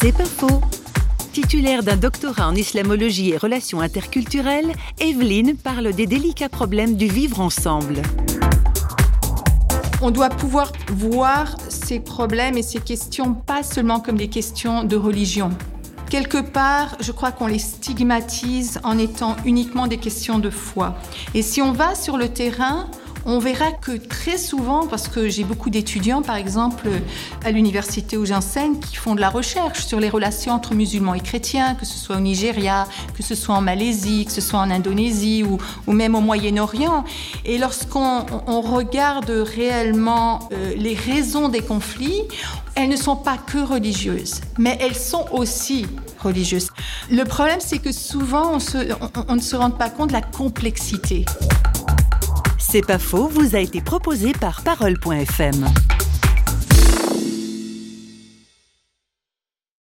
C'est pas faux. Titulaire d'un doctorat en islamologie et relations interculturelles, Evelyne parle des délicats problèmes du vivre ensemble. On doit pouvoir voir ces problèmes et ces questions pas seulement comme des questions de religion. Quelque part, je crois qu'on les stigmatise en étant uniquement des questions de foi. Et si on va sur le terrain, on verra que très souvent, parce que j'ai beaucoup d'étudiants, par exemple, à l'université où j'enseigne, qui font de la recherche sur les relations entre musulmans et chrétiens, que ce soit au Nigeria, que ce soit en Malaisie, que ce soit en Indonésie ou même au Moyen-Orient. Et lorsqu'on regarde réellement les raisons des conflits, elles ne sont pas que religieuses, mais elles sont aussi religieuses. Le problème, c'est que souvent, on ne se rend pas compte de la complexité. C'est pas faux vous a été proposé par Parole.fm.